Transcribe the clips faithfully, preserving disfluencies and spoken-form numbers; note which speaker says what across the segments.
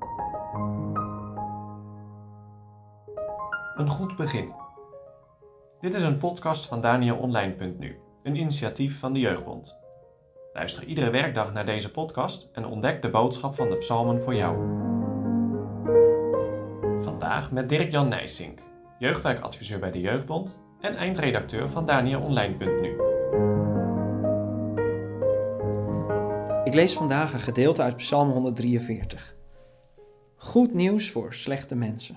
Speaker 1: Een goed begin. Dit is een podcast van daniel online punt nu, een initiatief van de Jeugdbond. Luister iedere werkdag naar deze podcast en ontdek de boodschap van de psalmen voor jou. Vandaag met Dirk-Jan Nijsink, jeugdwerkadviseur bij de Jeugdbond en eindredacteur van daniel online punt nu.
Speaker 2: Ik lees vandaag een gedeelte uit Psalm honderddrieënveertig. Goed nieuws voor slechte mensen.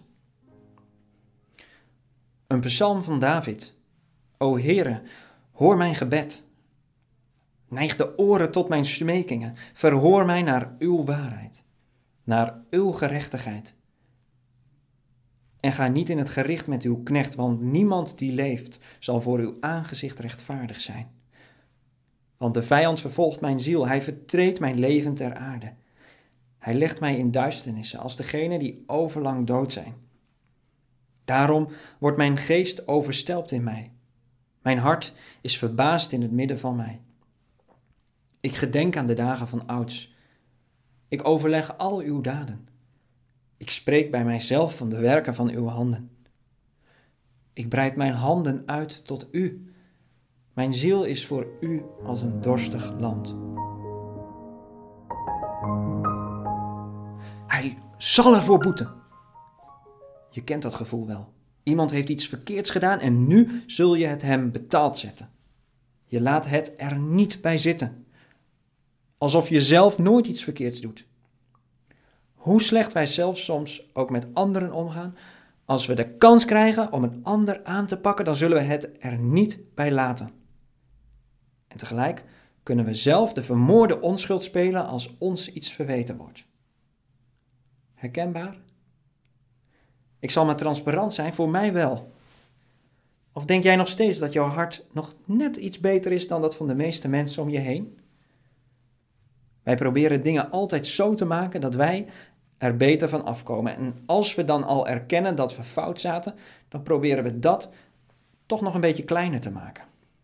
Speaker 2: Een psalm van David. O Heere, hoor mijn gebed. Neig de oren tot mijn smekingen. Verhoor mij naar uw waarheid, naar uw gerechtigheid. En ga niet in het gericht met uw knecht, want niemand die leeft zal voor uw aangezicht rechtvaardig zijn. Want de vijand vervolgt mijn ziel, hij vertreedt mijn leven ter aarde. Hij legt mij in duisternissen als degenen die overlang dood zijn. Daarom wordt mijn geest overstelpt in mij. Mijn hart is verbaasd in het midden van mij. Ik gedenk aan de dagen van ouds. Ik overleg al uw daden. Ik spreek bij mijzelf van de werken van uw handen. Ik breid mijn handen uit tot u. Mijn ziel is voor u als een dorstig land. Hij zal ervoor boeten. Je kent dat gevoel wel. Iemand heeft iets verkeerds gedaan en nu zul je het hem betaald zetten. Je laat het er niet bij zitten. Alsof je zelf nooit iets verkeerds doet. Hoe slecht wij zelf soms ook met anderen omgaan. Als we de kans krijgen om een ander aan te pakken, dan zullen we het er niet bij laten. En tegelijk kunnen we zelf de vermoorde onschuld spelen als ons iets verweten wordt. Herkenbaar? Ik zal maar transparant zijn, voor mij wel. Of denk jij nog steeds dat jouw hart nog net iets beter is dan dat van de meeste mensen om je heen? Wij proberen dingen altijd zo te maken dat wij er beter van afkomen. En als we dan al erkennen dat we fout zaten, dan proberen we dat toch nog een beetje kleiner te maken.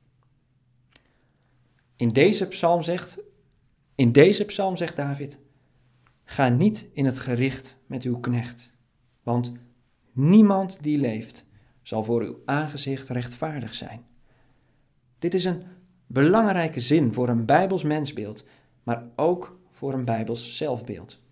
Speaker 2: In deze psalm zegt, in deze psalm zegt David, ga niet in het gericht met uw knecht, want niemand die leeft zal voor uw aangezicht rechtvaardig zijn. Dit is een belangrijke zin voor een Bijbels mensbeeld, maar ook voor een Bijbels zelfbeeld.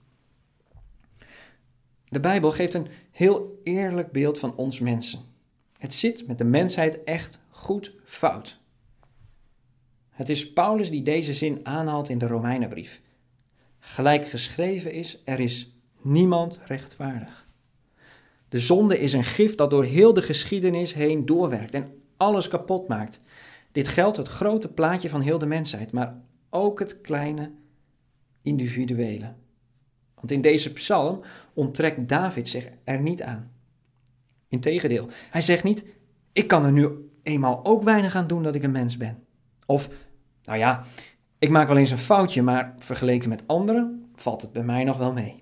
Speaker 2: De Bijbel geeft een heel eerlijk beeld van ons mensen. Het zit met de mensheid echt goed fout. Het is Paulus die deze zin aanhaalt in de Romeinenbrief. Gelijk geschreven is, er is niemand rechtvaardig. De zonde is een gif dat door heel de geschiedenis heen doorwerkt en alles kapot maakt. Dit geldt het grote plaatje van heel de mensheid, maar ook het kleine individuele. Want in deze psalm onttrekt David zich er niet aan. Integendeel, hij zegt niet, ik kan er nu eenmaal ook weinig aan doen dat ik een mens ben. Of, nou ja, ik maak wel eens een foutje, maar vergeleken met anderen valt het bij mij nog wel mee.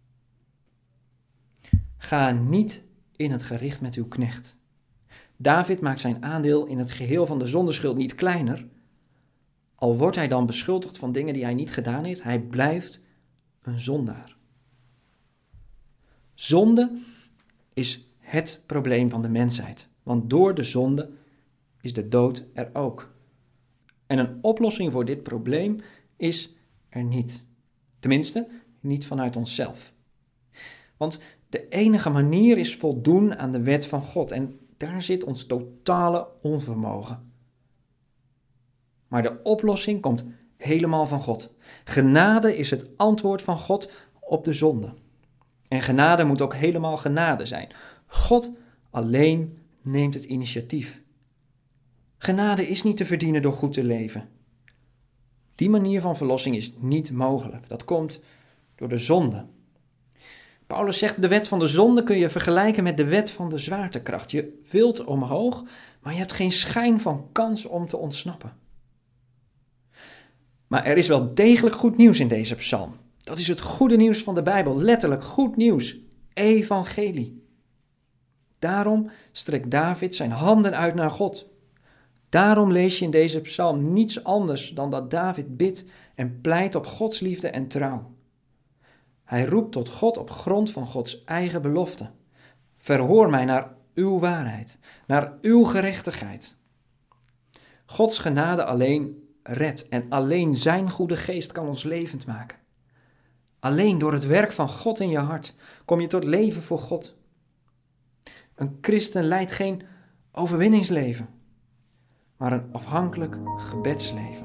Speaker 2: Ga niet in het gericht met uw knecht. David maakt zijn aandeel in het geheel van de zondeschuld niet kleiner. Al wordt hij dan beschuldigd van dingen die hij niet gedaan heeft, hij blijft een zondaar. Zonde is het probleem van de mensheid, want door de zonde is de dood er ook. En een oplossing voor dit probleem is er niet. Tenminste, niet vanuit onszelf. Want de enige manier is voldoen aan de wet van God en daar zit ons totale onvermogen. Maar de oplossing komt helemaal van God. Genade is het antwoord van God op de zonde. En genade moet ook helemaal genade zijn. God alleen neemt het initiatief. Genade is niet te verdienen door goed te leven. Die manier van verlossing is niet mogelijk. Dat komt door de zonde. Paulus zegt, de wet van de zonde kun je vergelijken met de wet van de zwaartekracht. Je wilt omhoog, maar je hebt geen schijn van kans om te ontsnappen. Maar er is wel degelijk goed nieuws in deze psalm. Dat is het goede nieuws van de Bijbel, letterlijk goed nieuws, evangelie. Daarom strekt David zijn handen uit naar God. Daarom lees je in deze psalm niets anders dan dat David bidt en pleit op Gods liefde en trouw. Hij roept tot God op grond van Gods eigen belofte. Verhoor mij naar uw waarheid, naar uw gerechtigheid. Gods genade alleen redt en alleen zijn goede geest kan ons levend maken. Alleen door het werk van God in je hart kom je tot leven voor God. Een christen leidt geen overwinningsleven, maar een afhankelijk gebedsleven.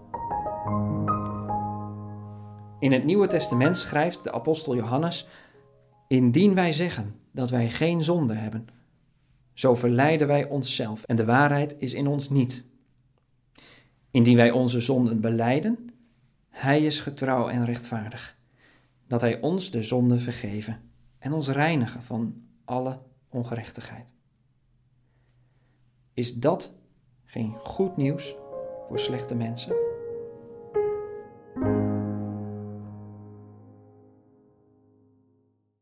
Speaker 2: In het Nieuwe Testament schrijft de apostel Johannes: indien wij zeggen dat wij geen zonde hebben, zo verleiden wij onszelf en de waarheid is in ons niet. Indien wij onze zonden belijden, hij is getrouw en rechtvaardig, dat hij ons de zonde vergeven en ons reinigen van alle ongerechtigheid. Is dat geen goed nieuws voor slechte mensen?